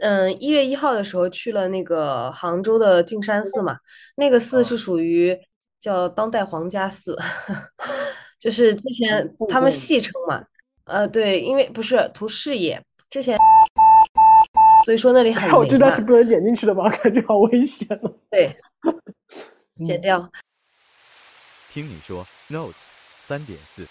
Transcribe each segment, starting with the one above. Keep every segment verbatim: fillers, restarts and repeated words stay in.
嗯，一月一号的时候去了那个杭州的径山寺嘛，那个寺啊， 是属于叫当代皇家寺，就是之图前他们富贵嘛。 戏称嘛，呃，对，因为不是图事业，之前所以说那里哎呀，我这很灵嘛， 段是不能剪进去的吧？感觉好危险哦。 对，剪嗯， 掉。 听你说，Notes 三点四。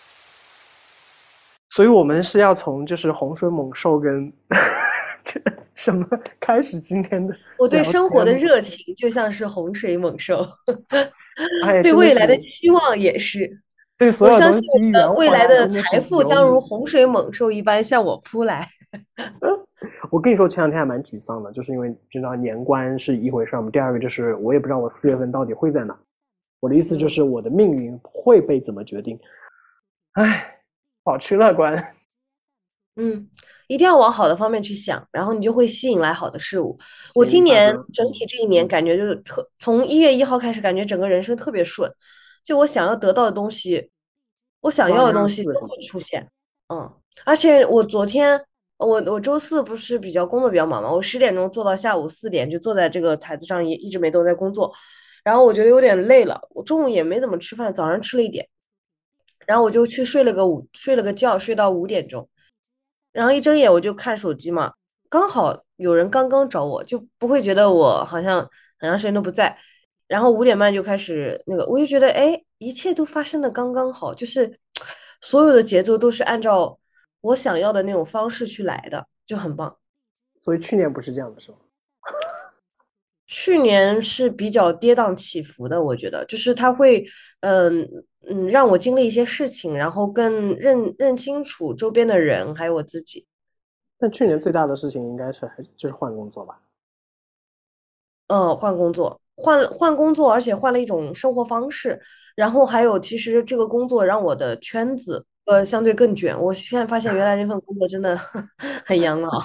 所以我们是要从就是洪水猛兽跟这什么开始今天的我对聊生活的天吗？ 热情就像是洪水猛兽， 哎， 对未来的真的是期望也是。 对所我相信有东西我的未圆环， 来的真的是财富将如由你。 洪水猛兽一般向我扑来。 我跟你说，前两天还蛮沮丧的，就是因为知道年关是一回事嘛，第二个就是我也不知道我四月份到底会在哪。我的意思就嗯。 是我的命运会被怎么决定？唉，保持乐观。 嗯，一定要往好的方面去想，然后你就会吸引来好的事物。我行， 今年大哥。嗯整体这一年感觉就是特，从一月一号开始，感觉整个人生特别顺，就我想要得到的东西，我想要的二零二东西都四是吗？ 会出现。嗯，而且我昨天，我我周四不是比较工作比较忙嘛，我十点钟做到下午四点，就坐在这个台子上也一直没动在工作，然后我觉得有点累了，我中午也没怎么吃饭，早上吃了一点，然后我就去睡了个午睡了个觉，睡到五点钟。然后一睁眼我就看手机嘛，刚好有人刚刚找我，就不会觉得我好像很长时间都不在。然后五点半就开始那个，我就觉得哎，一切都发生的刚刚好，就是所有的节奏都是按照我想要的那种方式去来的，就很棒。 所以去年不是这样的，是吗？ 去年是比较跌宕起伏的，我觉得，就是他会，嗯嗯，让我经历一些事情，然后更认认清楚周边的人，还有我自己。 但去年最大的事情应该是还就是换工作吧？ 呃，换工作，换换工作，而且换了一种生活方式。然后还有，其实这个工作让我的圈子呃相对更卷。我现在发现，原来那份工作真的很养老，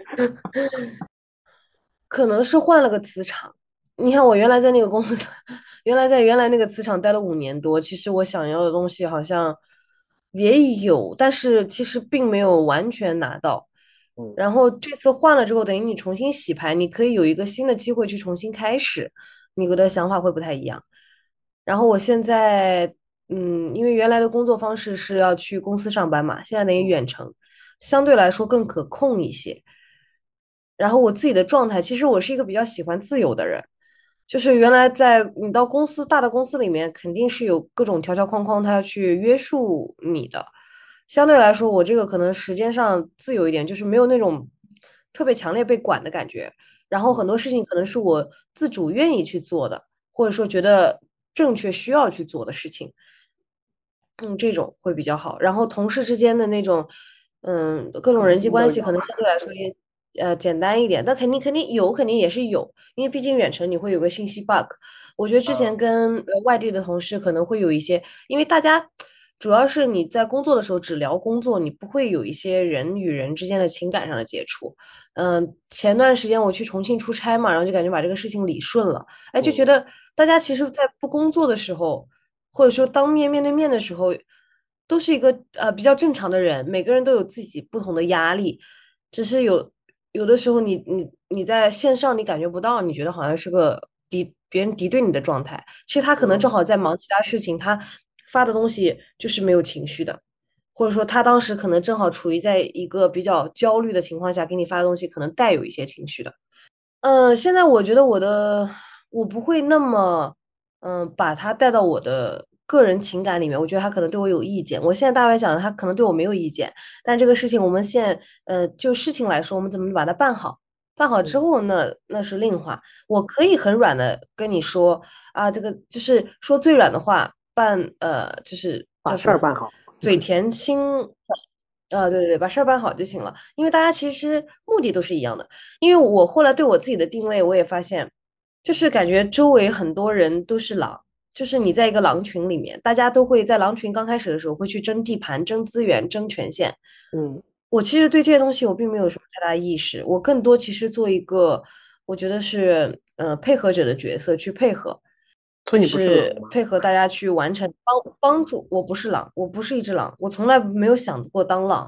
可能是换了个磁场。你看，我原来在那个公司，原来在原来那个磁场待了五年多，其实我想要的东西好像也有，但是其实并没有完全拿到。 嗯。 然后这次换了之后，等于你重新洗牌，你可以有一个新的机会去重新开始，你的想法会不太一样。然后我现在，嗯，因为原来的工作方式是要去公司上班嘛，现在等于嗯， 远程，相对来说更可控一些。然后我自己的状态，其实我是一个比较喜欢自由的人，就是原来在你到公司大的公司里面，肯定是有各种条条框框，他要去约束你的。相对来说，我这个可能时间上自由一点，就是没有那种特别强烈被管的感觉。然后很多事情可能是我自主愿意去做的，或者说觉得正确需要去做的事情。嗯，这种会比较好。然后同事之间的那种，嗯，各种勾人际关系可心斗角。 能相对来说也呃简单一点，但肯定肯定有，肯定也是有，因为毕竟远程你会有个信息 bug。我觉得之前啊， 跟呃外地的同事可能会有一些，因为大家主要是你在工作的时候只聊工作，你不会有一些人与人之间的情感上的接触。嗯，前段时间我去重庆出差嘛，然后就感觉把这个事情理顺了，哎，就觉嗯， 得大家其实，在不工作的时候。或者说当面面对面的时候，都是一个呃比较正常的人，每个人都有自己不同的压力，只是有有的时候你你你在线上你感觉不到，你觉得好像是个敌别人敌对你的状态，其实他可能正嗯， 好在忙其他事情，他发的东西就是没有情绪的，或者说他当时可能正好处于在一个比较焦虑的情况下，给你发的东西可能带有一些情绪的。嗯，现在我觉得我的我不会那么，嗯，把他带到我的个人情感里面。我觉得他可能对我有意见。我现在大概想着他可能对我没有意见，但这个事情我们现，呃，就事情来说，我们怎么把它办好？办好之嗯， 后，那那是另话。我可以很软的跟你说啊，这个就是说最软的话，办呃，就是把叫什么， 事儿办好。 嘴甜心，啊，对对对，把事儿办好就行了。因为大家其实目的都是一样的。因为我后来对我自己的定位，我也发现，就是感觉周围很多人都是狼，就是你在一个狼群里面，大家都会在狼群刚开始的时候会去争地盘、争资源、争权限。 嗯， 我其实对这些东西我并没有什么太大意识，我更多其实做一个，我觉得是呃配合者的角色去配合，就所以你不是狼吗？ 是配合大家去完成帮帮助。我不是狼，我不是一只狼，我从来没有想过当狼。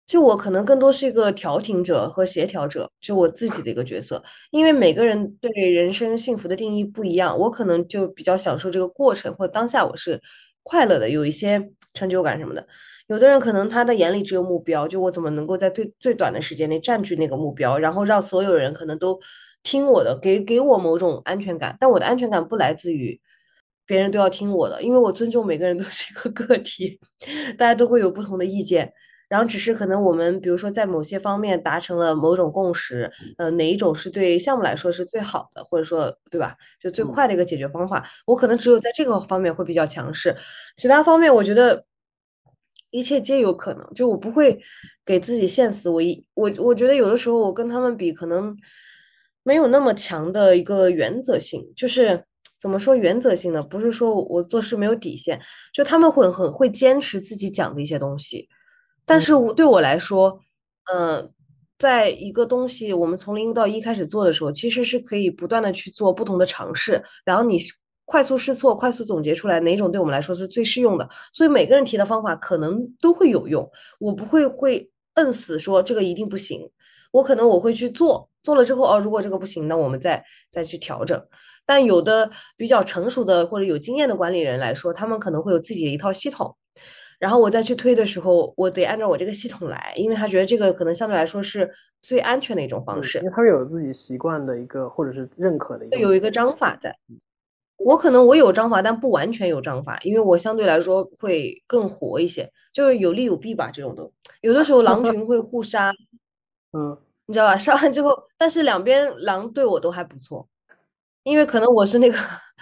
就我可能更多是一个调停者和协调者，就我自己的一个角色。因为每个人对人生幸福的定义不一样，我可能就比较享受这个过程，或者当下我是快乐的，有一些成就感什么的。有的人可能他的眼里只有目标，就我怎么能够在最最短的时间内占据那个目标，然后让所有人可能都听我的，给给我某种安全感。但我的安全感不来自于别人都要听我的，因为我尊重每个人都是一个个体，大家都会有不同的意见。然后只是可能我们比如说在某些方面达成了某种共识，呃，哪一种是对项目来说是最好的，或者说对吧，就最嗯快的一个解决方法，我可能只有在这个方面会比较强势，其他方面我觉得一切皆有可能，就我不会给自己限死，我一我我觉得有的时候我跟他们比，可能没有那么强的一个原则性，就是怎么说原则性呢？不是说我做事没有底线，就他们会很会坚持自己讲的一些东西。但是嗯我对我来说，嗯、在一个东西我们从零到一开始做的时候，其实是可以不断的去做不同的尝试，然后你快速试错，快速总结出来哪种对我们来说是最适用的。所以每个人提的方法可能都会有用，我不会会摁死说这个一定不行，我可能我会去做，做了之后哦，如果这个不行，那我们再再去调整。但有的比较成熟的或者有经验的管理人来说，他们可能会有自己的一套系统。然后我再去推的时候，我得按照我这个系统来，因为他觉得这个可能相对来说是最安全的一种方嗯，因式， 为他们有自己习惯的一个或者是认可的一个模有一个章法在。我可能我有章法，但不完全有章法，因为我相对来说会更活一些，就是有利有弊吧，这种都有的时候狼群会互杀， 嗯你知道吧？杀完之后，但是两边狼对我都还不错，因为可能我是那个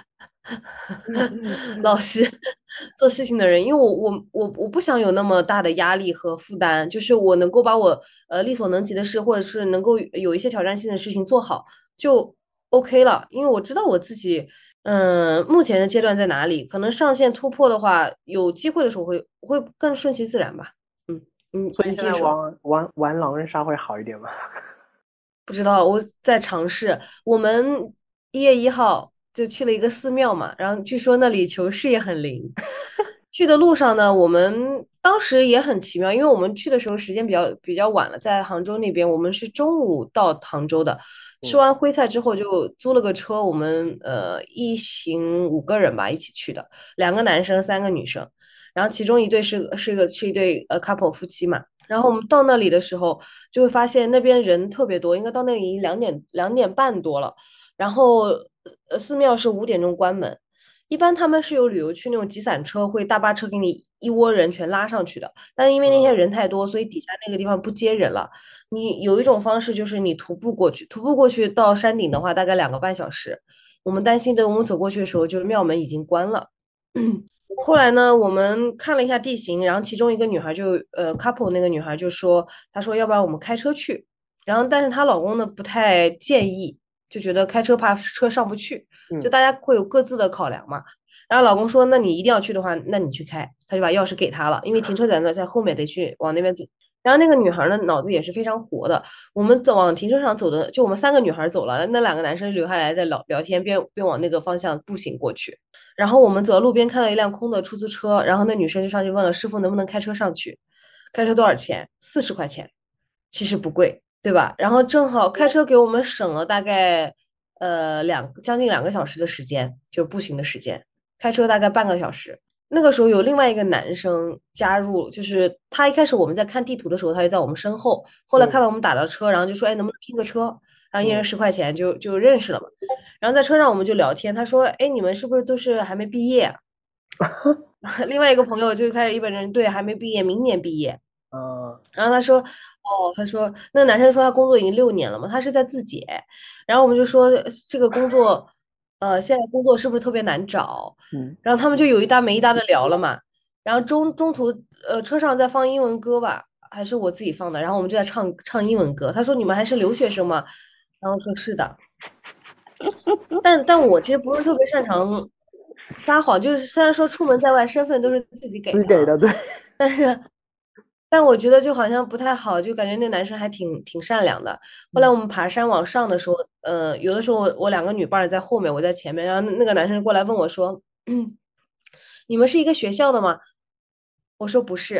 老实做事情的人，因为我我我我不想有那么大的压力和负担，就是我能够把我呃力所能及的事，或者是能够有一些挑战性的事情做好就 OK 了，因为我知道我自己嗯目前的阶段在哪里，可能上线突破的话，有机会的时候会会更顺其自然吧。嗯，你所以现在你继续说。 玩玩玩狼人杀会好一点吗？ 不知道，我在尝试。我们一月一号就去了一个寺庙嘛，然后据说那里求事也很灵。去的路上呢，我们当时也很奇妙，因为我们去的时候时间比较比较晚了，在杭州那边，我们是中午到杭州的。吃嗯完徽菜之后就租了个车，我们呃一行五个人吧一起去的，两个男生，三个女生，然后其中一对是是一个是一对呃 couple 夫妻嘛。然后我们到那里的时候，就会发现那边人特别多，应该到那里两点两点半多了。然后，呃，寺庙是五点钟关门。一般他们是有旅游区那种集散车，会大巴车给你一窝人全拉上去的。但是因为那些嗯人太多，所以底下那个地方不接人了。你有一种方式就是你徒步过去，徒步过去到山顶的话，大概两个半小时。我们担心等我们走过去的时候，就是庙门已经关了。后来呢，我们看了一下地形，然后其中一个女孩就呃 couple 那个女孩就说，她说要不然我们开车去，然后但是她老公呢不太建议，就觉得开车怕车上不去，就嗯大家会有各自的考量嘛。然后老公说，那你一定要去的话，那你去开，他就把钥匙给她了，因为停车在那，在后面得去往那边走。然后那个女孩呢，脑子也是非常活的。我们走往停车场走的，就我们三个女孩走了，那两个男生留下来在聊聊天，边边往那个方向步行过去。然后我们走到路边看到一辆空的出租车，然后那女生就上去问了师傅能不能开车上去，开车多少钱？四十块钱，其实不贵，对吧？然后正好开车给我们省了大概呃两将近两个小时的时间，就是步行的时间，开车大概半个小时。那个时候有另外一个男生加入，就是他一开始我们在看地图的时候，他就在我们身后，后来看嗯到我们打到车，然后就说，哎，能不能拼个车？然后一人嗯十块钱就就认识了嘛。然后在车上我们就聊天，他说，哎，你们是不是都是还没毕业啊？另外一个朋友就开始一本正经，对，还没毕业，明年毕业。 呃然后他说，哦，他说那个男生说他工作已经六年了嘛，他是在自检。然后我们就说这个工作，呃，现在工作是不是特别难找？ 嗯然后他们就有一搭没一搭的聊了嘛。然后中中途，呃，车上在放英文歌吧，还是我自己放的。然后我们就在唱唱英文歌。他说你们还是留学生吗？然后说是的。但但我其实不是特别擅长撒谎，就是虽然说出门在外身份都是自己给的啊， 自己给的对。 但是但我觉得就好像不太好，就感觉那男生还挺挺善良的。后来嗯我们爬山往上的时候，呃，有的时候我我两个女伴儿在后面，我在前面，然后那那个男生过来问我说：“你们是一个学校的吗？”我说不是，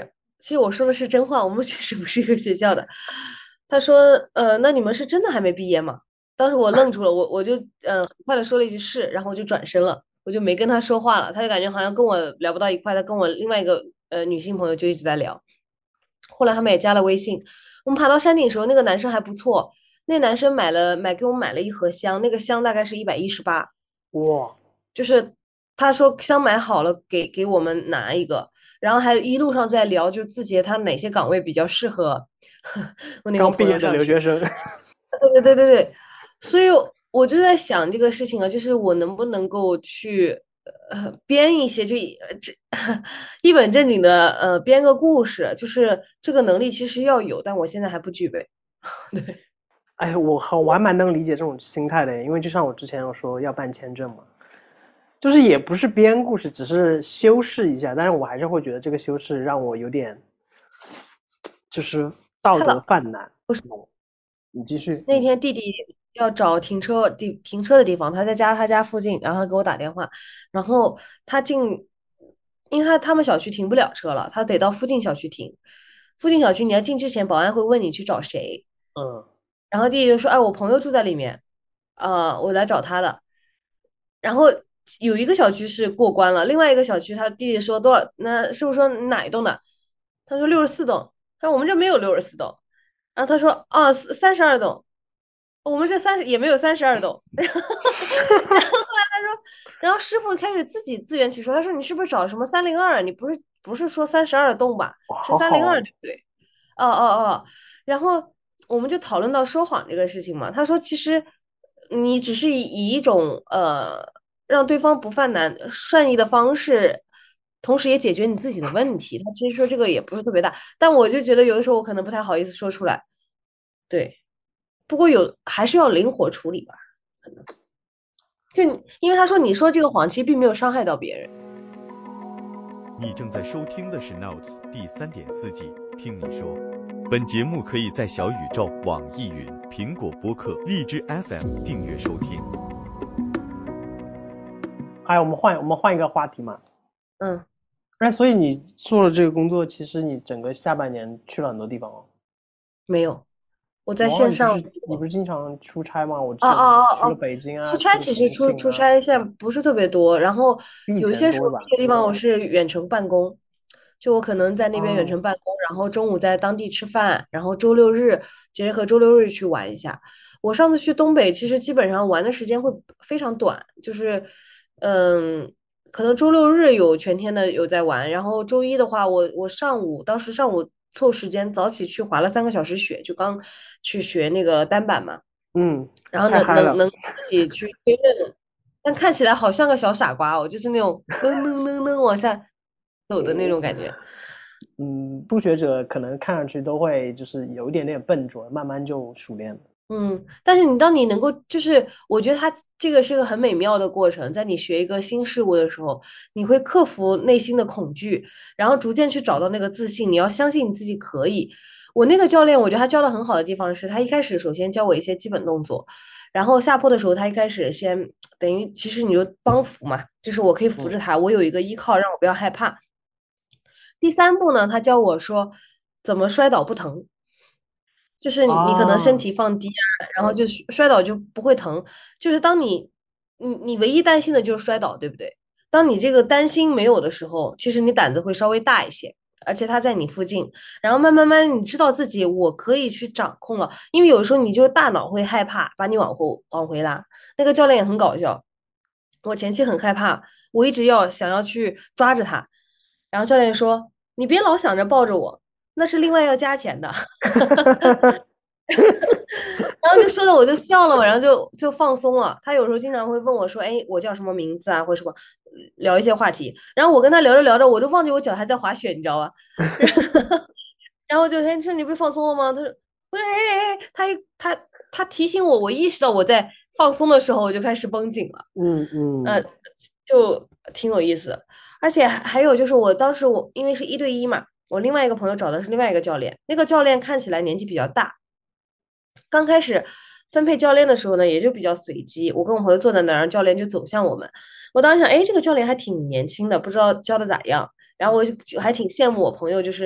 其实我说的是真话，我们确实不是一个学校的。他说，呃，那你们是真的还没毕业吗？当时我愣住了，我我就呃很快的说了一句是，然后我就转身了，我就没跟他说话了。他就感觉好像跟我聊不到一块，他跟我另外一个呃女性朋友就一直在聊。后来他们也加了微信。我们爬到山顶的时候，那个男生还不错，那个男生买了买给我们买了一盒香，那个香大概是一百一十八， 哇， 就是他说香买好了给给我们拿一个，然后还一路上在聊，就字节他哪些岗位比较适合我那个刚毕业的朋友上去。 留学生， 对对对对对，所以我就在想这个事情啊，就是我能不能够去呃编一些，就一呃这一本正经的呃编个故事，就是这个能力其实要有，但我现在还不具备。对， 哎，我好，我还蛮能理解这种心态的，因为就像我之前有说要办签证嘛，就是也不是编故事，只是修饰一下，但是我还是会觉得这个修饰让我有点就是道德太老。 泛滥。嗯你继续。 那天弟弟要找停车地停车的地方，他在家他家附近，然后他给我打电话，然后他进，因为他他们小区停不了车了，他得到附近小区停。附近小区你要进之前，保安会问你去找谁， 嗯， 然后弟弟就说：“哎，我朋友住在里面，啊、我来找他的。”然后有一个小区是过关了，另外一个小区他弟弟说多少？那师傅说哪一栋的？他说六十四栋。他说我们这没有六十四栋。然后他说啊，三十二栋。我们这三十也没有三十二栋。然后，然后后来他说，然后师傅开始自己自圆其说，他说你是不是找什么三零二？你不是不是说三十二栋吧？ 哇， 是三零二好好哦。 对不对？哦哦哦。然后我们就讨论到说谎这个事情嘛。他说其实你只是以以一种呃让对方不犯难、善意的方式。同时也解决你自己的问题，他其实说这个也不是特别大，但我就觉得有的时候我可能不太好意思说出来，对，不过有还是要灵活处理吧。就你因为他说你说这个谎其实并没有伤害到别人。 你正在收听的是 Notes 第三点四季，听你说。本节目可以在小宇宙、网易云、苹果播客、荔枝 F M 订阅收听。 哎，我们换我们换一个话题嘛。 嗯， 哎，所以你做了这个工作，其实你整个下半年去了很多地方哦。 没有，我在哇， 线上。 你不是你不是经常出差吗？我哦记得你去了哦哦哦， 北京啊， 出差去了其实出重庆啊， 出差现在不是特别多，然后比以有一些时候前多吧？ 这个地方我是远程办公，就我可能在那边远哦， 程办公，然后中午在当地吃饭，然后周六日结合周六日去玩一下。我上次去东北，其实基本上玩的时间会非常短，就是嗯，可能周六日有全天的有在玩，然后周一的话，我我上午当时上午凑时间早起去滑了三个小时雪，就刚去学那个单板嘛。 嗯， 然后太嗨了。 能能能自己去确认，但看起来好像个小傻瓜哦，就是那种噔噔噔噔往下走的那种感觉。 嗯，初学者可能看上去都会就是有一点点笨拙，慢慢就熟练了。 嗯，但是你当你能够，就是我觉得它这个是个很美妙的过程，在你学一个新事物的时候，你会克服内心的恐惧，然后逐渐去找到那个自信。你要相信你自己可以。我那个教练，我觉得他教的很好的地方是，他一开始首先教我一些基本动作，然后下坡的时候，他一开始先等于其实你就帮扶嘛，就是我可以扶嗯， 着他，我有一个依靠，让我不要害怕。第三步呢，他教我说怎么摔倒不疼。就是你可能身啊， 体放低啊，然后就摔倒就不会疼。就是当你你你唯一担心的就是摔倒，对不对？当你这个担心没有的时候，其实你胆子会稍微大一些，而且他在你附近，然后慢慢慢你知道自己我可以去掌控了，因为有时候你就是大脑会害怕，把你往后往回拉。那个教练也很搞笑，我前期很害怕，我一直要想要去抓着他，然后教练说你别老想着抱着我，那是另外要加钱的。然后就说的我就笑了嘛，然后就就放松了。他有时候经常会问我说：“哎，我叫什么名字啊，或者什么，聊一些话题。”然后我跟他聊着聊着，我都忘记我脚还在滑雪，你知道吧？然后就哎，说你被放松了吗？他说：“哎哎哎，他一他他提醒我，我意识到我在放松的时候，我就开始绷紧了。 嗯呃， 嗯， 就挺有意思的。而且还还有就是，我当时我因为是一对一嘛，我另外一个朋友找的是另外一个教练，那个教练看起来年纪比较大。刚开始分配教练的时候呢，也就比较随机。我跟我朋友坐在那儿，教练就走向我们。我当时想，哎，这个教练还挺年轻的，不知道教的咋样。然后我就就还挺羡慕我朋友，就是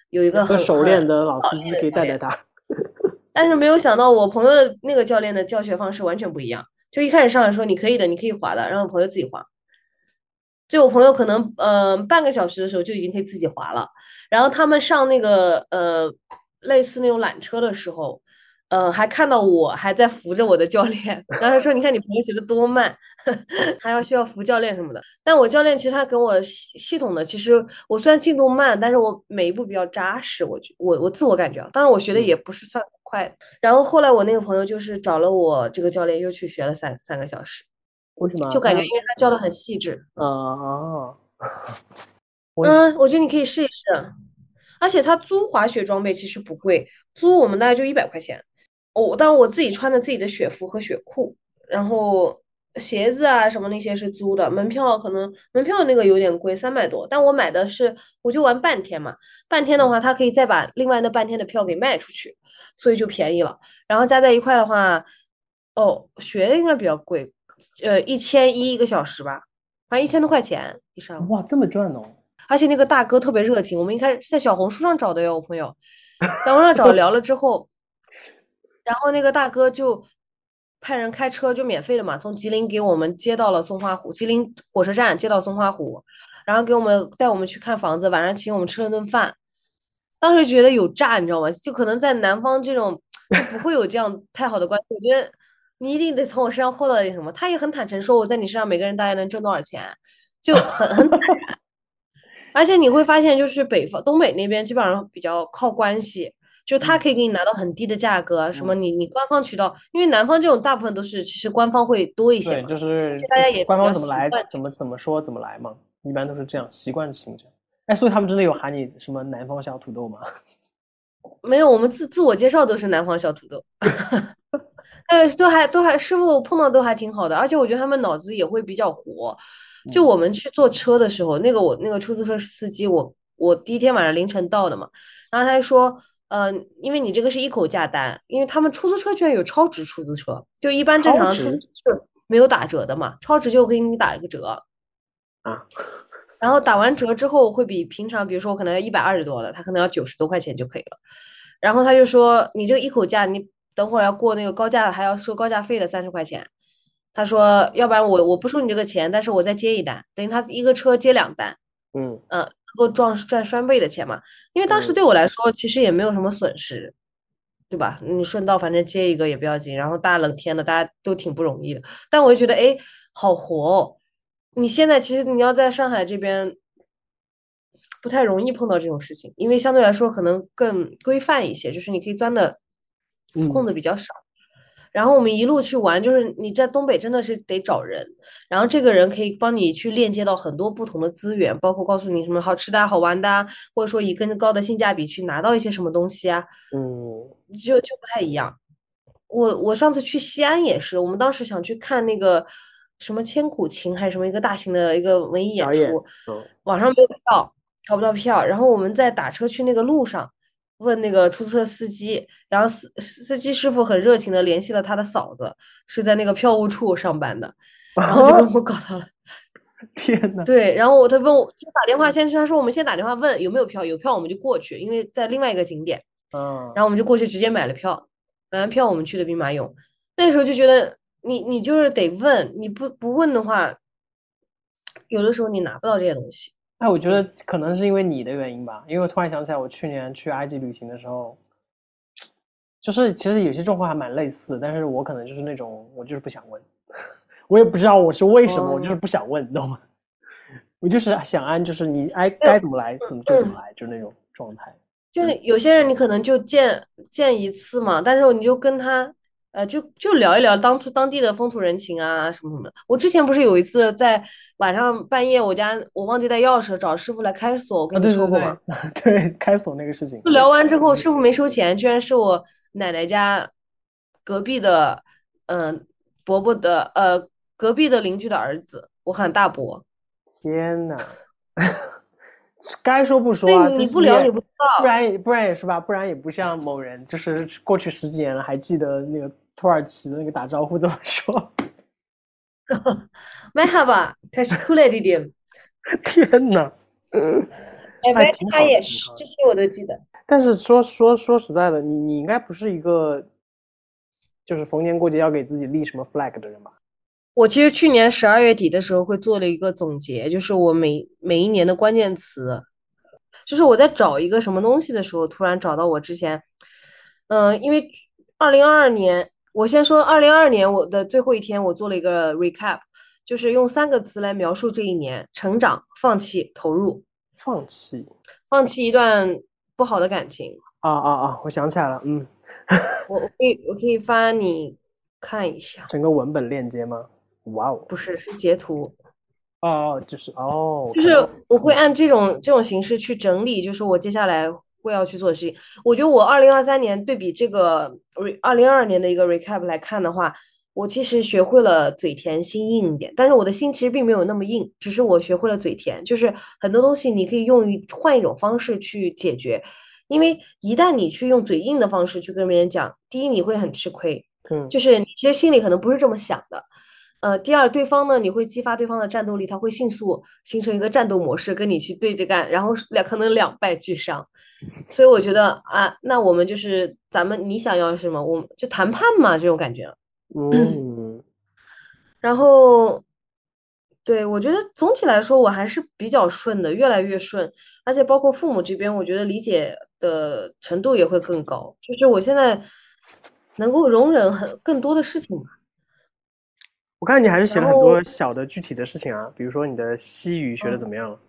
有一个很有个熟练很的老司机可以老练的教练， 带带他。 但是没有想到我朋友的那个教练的教学方式完全不一样。就一开始上来说你可以的，你可以滑的，让我朋友自己滑。就我朋友可能嗯、呃半个小时的时候就已经可以自己滑了，然后他们上那个呃类似那种缆车的时候，呃还看到我还在扶着我的教练，然后他说你看你朋友学的多慢，还要需要扶教练什么的。但我教练其实他跟我系系统的，其实我虽然进度慢，但是我每一步比较扎实，我觉我我自我感觉啊，当然我学的也嗯， 不是算快。然后后来我那个朋友就是找了我这个教练，又去学了三三个小时， 为什么啊他？ 就感觉因为他教的很细致。 啊啊，我也是。 嗯，我觉得你可以试一试，而且他租滑雪装备其实不贵，租我们大概就一百块钱。我、当然我自己穿的自己的雪服和雪裤，然后鞋子啊什么那些是租的，门票可能门票那个有点贵，三百多，但我买的是我就玩半天嘛，半天的话他可以再把另外那半天的票给卖出去，所以就便宜了。然后加在一块的话，哦，学应该比较贵，呃，一千一一个小时吧，反正一千多块钱一上午。 哇，这么赚哦！ 而且那个大哥特别热情，我们一开始是在小红书上找的哟，我朋友，小红书上找聊了之后，然后那个大哥就派人开车，就免费的嘛，从吉林给我们接到了松花湖，吉林火车站接到松花湖，然后给我们带我们去看房子，晚上请我们吃了顿饭。当时觉得有诈，你知道吗？就可能在南方这种就不会有这样太好的关系，我觉得你一定得从我身上获得点什么。他也很坦诚说我在你身上每个人大概能挣多少钱，就很很而且你会发现，就是北方东北那边基本上比较靠关系，就他嗯可以给你拿到很低的价格，什么嗯， 你你官方渠道，因为南方这种大部分都是其实官方会多一些对， 嘛， 就是而且大家也官比较方怎么来， 习惯这个。 怎么怎么说怎么来嘛，一般都是这样，习惯性这样。哎，所以他们真的有喊你什么南方小土豆吗？ 没有，我们自自我介绍都是南方小土豆，呃，都还都还师傅碰到都还挺好的，而且我觉得他们脑子也会比较活。就嗯， 我们去坐车的时候，那个我那个出租车司机，我我第一天晚上凌晨到的嘛，然后他就说，呃，因为你这个是一口价单，因为他们出租车居然有超值出租车，就一般正常出租超值车是没有打折的嘛，超值就给你打一个折， 啊！ 然后打完折之后会比平常，比如说我可能要一百二十多的，他可能要九十多块钱就可以了。然后他就说你这个一口价，你等会儿要过那个高价还要收高价费的三十块钱。他说要不然我我不收你这个钱，但是我再接一单，等于他一个车接两单， 嗯嗯、呃，能够赚赚双倍的钱嘛。因为当时嗯， 对我来说其实也没有什么损失，对吧？你顺道反正接一个也不要紧，然后大冷天的大家都挺不容易的，但我就觉得哎，好活哦。你现在其实你要在上海这边不太容易碰到这种事情，因为相对来说可能更规范一些，就是你可以钻的空嗯， 子比较少。然后我们一路去玩，就是你在东北真的是得找人，然后这个人可以帮你去链接到很多不同的资源，包括告诉你什么好吃的啊、好玩的啊，或者说以更高的性价比去拿到一些什么东西啊， 嗯， 就就不太一样。我我上次去西安也是，我们当时想去看那个什么千古情还是什么一个大型的一个文艺演表演， 出， 嗯， 网上没有票，淘不到票。然后我们在打车去那个路上问那个出租车司机，然后司司机师傅很热情的联系了他的嫂子，是在那个票务处上班的，然后就跟啊， 我搞到了。 天呐， 对，然后我他问我就打电话先，他说我们先打电话问有没有票，有票我们就过去，因为在另外一个景点。然嗯， 后我们就过去直接买了票，买完票我们去的兵马俑。那时候就觉得你你就是得问，你不不问的话，有的时候你拿不到这些东西。 哎，我觉得嗯， 可能是因为你的原因吧，因为我突然想起来，我去年去埃及旅行的时候，就是其实有些状况还蛮类似，但是我可能就是那种我就是不想问，我也不知道我是为什么，我就是哦， 不想问，你懂吗？我就是想按就是你爱该怎么来怎么就怎么嗯， 来，就是那种状态。 就是有些人你可能就见见一次嘛，但是你就跟他呃就就聊一聊当初当地的风土人情啊什么什么的。我之前不是有一次在晚上半夜，我家我忘记带钥匙，找师傅来开锁，我啊， 跟你对对说过吗？ 对对，开锁那个事情。 就聊完之后，师傅没收钱，居然是我奶奶家隔壁的，嗯、伯伯的，呃，隔壁的邻居的儿子，我喊大伯。 天呐，该说不说对啊，就你不聊，你是你也不知道。 不然也不然也是吧，不然也不像某人，就是过去十几年了还记得那个土耳其的那个打招呼怎么说。 麦哈吧，他是 cool 一点。 天呐， 哎， 还 v 挺 e 他好的， 也是， 挺好的。 这些我都记得。 但是说说说实在的，你你应该不是一个就是逢年过节要给自己立什么 flag 的人吧？ 我其实去年十二月底的时候会做了一个总结，就是我每每一年的关键词，就是我在找一个什么东西的时候，突然找到我之前，嗯、因为二零二二年，我先说二零二二年我的最后一天，我做了一个 recap，就是用三个词来描述这一年：成长、放弃、投入。 放弃放弃一段不好的感情。 啊啊啊！我想起来了，嗯， 我我可以我可以发你看一下， 整个文本链接吗？哇哦， 不是是截图。 哦哦，就是哦，我就是看到了， 我会按这种这种形式去整理，就是我接下来会要去做的事情。我觉得我二零二三年对比这个二零二二年的一个 recap 来看的话，我其实学会了嘴甜心硬一点，但是我的心其实并没有那么硬，只是我学会了嘴甜，就是很多东西你可以用一换一种方式去解决，因为一旦你去用嘴硬的方式去跟别人讲，第一你会很吃亏， 嗯， 就是你其实心里可能不是这么想的。呃，第二，对方呢，你会激发对方的战斗力，他会迅速形成一个战斗模式，跟你去对着干，然后两可能两败俱伤。所以我觉得啊，那我们就是咱们你想要什么，我们就谈判嘛，这种感觉。 嗯， 然后，对，我觉得总体来说我还是比较顺的，越来越顺，而且包括父母这边，我觉得理解的程度也会更高，就是我现在能够容忍很更多的事情吧。 我看你还是写了很然后， 多小的具体的事情啊，比如说你的西语学的怎嗯。 么样了？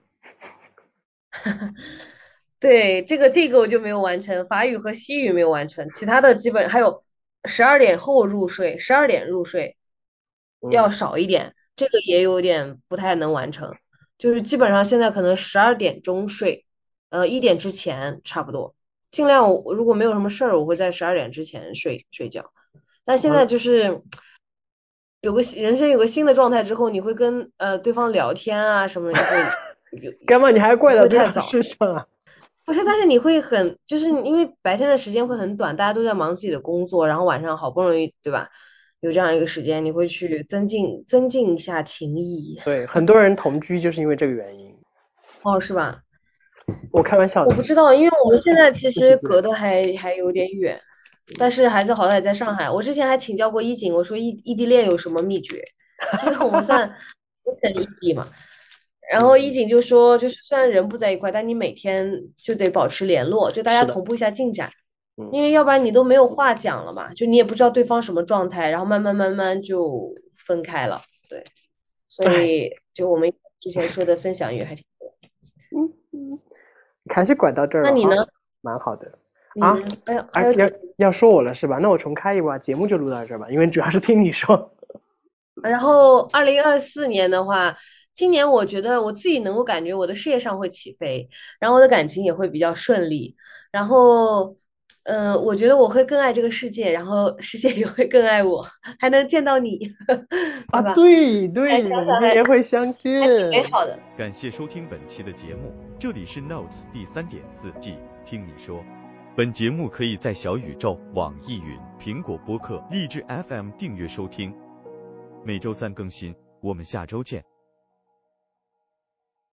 对，这个这个我就没有完成，法语和西语没有完成，其他的基本还有十二点后入睡，十二点入睡嗯， 要少一点，这个也有点不太能完成，就是基本上现在可能十二点钟睡，呃一点之前差不多，尽量我如果没有什么事儿，我会在十二点之前睡睡觉，但现在我就是有个人生有个新的状态之后，你会跟呃对方聊天啊什么的，你会有干嘛你还怪不到对方会太早。 身上啊？ 不是，但是你会很，就是因为白天的时间会很短，大家都在忙自己的工作，然后晚上好不容易，对吧？有这样一个时间，你会去增进增进一下情谊。 对，很多人同居就是因为这个原因。 哦，是吧？ 我开玩笑的， 我不知道，因为我们现在其实就是对， 隔得还还有点远，但是孩子好歹在上海。我之前还请教过一景，我说异异地恋有什么秘诀？其实我们算不很异地嘛。然后一嗯， 景就说，就是虽然人不在一块，但你每天就得保持联络，就大家是的， 同步一下进展， 嗯， 因为要不然你都没有话讲了嘛，就你也不知道对方什么状态，然后慢慢慢慢就分开了。对，所哎， 以就我们之前说的分享欲还挺多。 嗯嗯，还是拐到这儿了哈， 那你呢？ 蛮好的你呢？ 啊。 哎呀，还哎，要有几要说我了是吧？那我重开一把节目就录到这儿吧，因为主要是听你说。 然后二零二四年的话，今年我觉得我自己能够感觉我的事业上会起飞，然后我的感情也会比较顺利，然后，嗯、呃我觉得我会更爱这个世界，然后世界也会更爱我，还能见到你， 啊， 对吧？ 对哎， 对，我们想想还今年会相还挺美见。 好的。 感谢收听本期的节目，这里是 Notes 第三点四季，听你说。本节目可以在小宇宙、网易云、苹果播客、荔枝 F M 订阅收听，每周三更新。我们下周见。